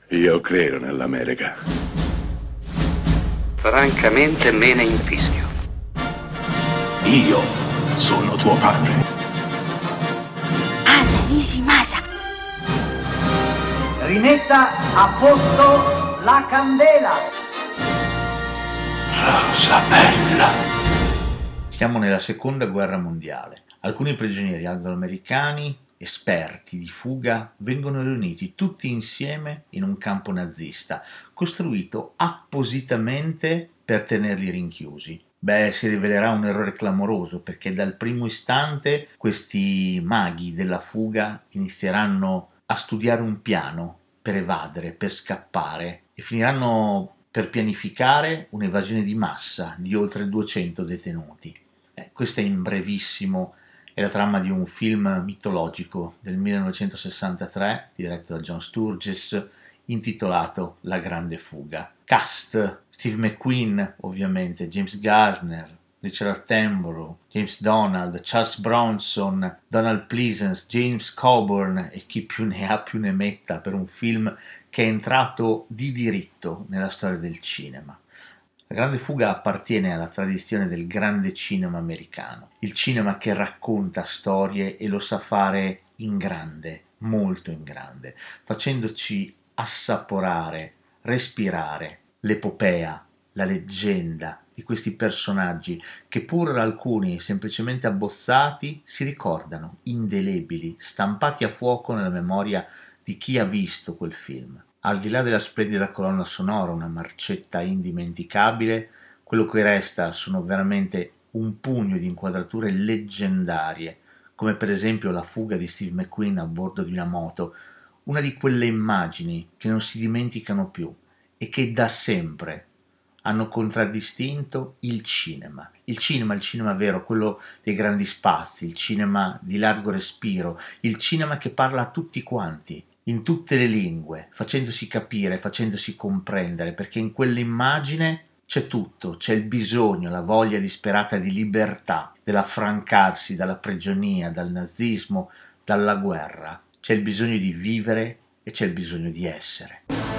Io credo nell'America. Francamente me ne infischio. Io sono tuo padre. Anna Nishimasa. Rimetta a posto la candela. Rosa bella. Siamo nella seconda guerra mondiale. Alcuni prigionieri anglo-americani, esperti di fuga, vengono riuniti tutti insieme in un campo nazista, costruito appositamente per tenerli rinchiusi. Si rivelerà un errore clamoroso, perché dal primo istante questi maghi della fuga inizieranno a studiare un piano per evadere, per scappare, e finiranno per pianificare un'evasione di massa di oltre 200 detenuti. Questa in brevissimo è la trama di un film mitologico del 1963 diretto da John Sturges, intitolato La Grande Fuga. Cast: Steve McQueen, ovviamente, James Garner, Richard Attenborough, James Donald, Charles Bronson, Donald Pleasence, James Coburn e chi più ne ha più ne metta, per un film che è entrato di diritto nella storia del cinema. La Grande Fuga appartiene alla tradizione del grande cinema americano, il cinema che racconta storie e lo sa fare in grande, molto in grande, facendoci assaporare, respirare l'epopea, la leggenda di questi personaggi che, pur alcuni semplicemente abbozzati, si ricordano, indelebili, stampati a fuoco nella memoria di chi ha visto quel film. Al di là della splendida colonna sonora, una marcetta indimenticabile, quello che resta sono veramente un pugno di inquadrature leggendarie, come per esempio la fuga di Steve McQueen a bordo di una moto, una di quelle immagini che non si dimenticano più e che da sempre hanno contraddistinto il cinema, il cinema vero, quello dei grandi spazi, il cinema di largo respiro, il cinema che parla a tutti quanti, in tutte le lingue, facendosi capire, facendosi comprendere, perché in quell'immagine c'è tutto, c'è il bisogno, la voglia disperata di libertà, dell'affrancarsi dalla prigionia, dal nazismo, dalla guerra, c'è il bisogno di vivere e c'è il bisogno di essere.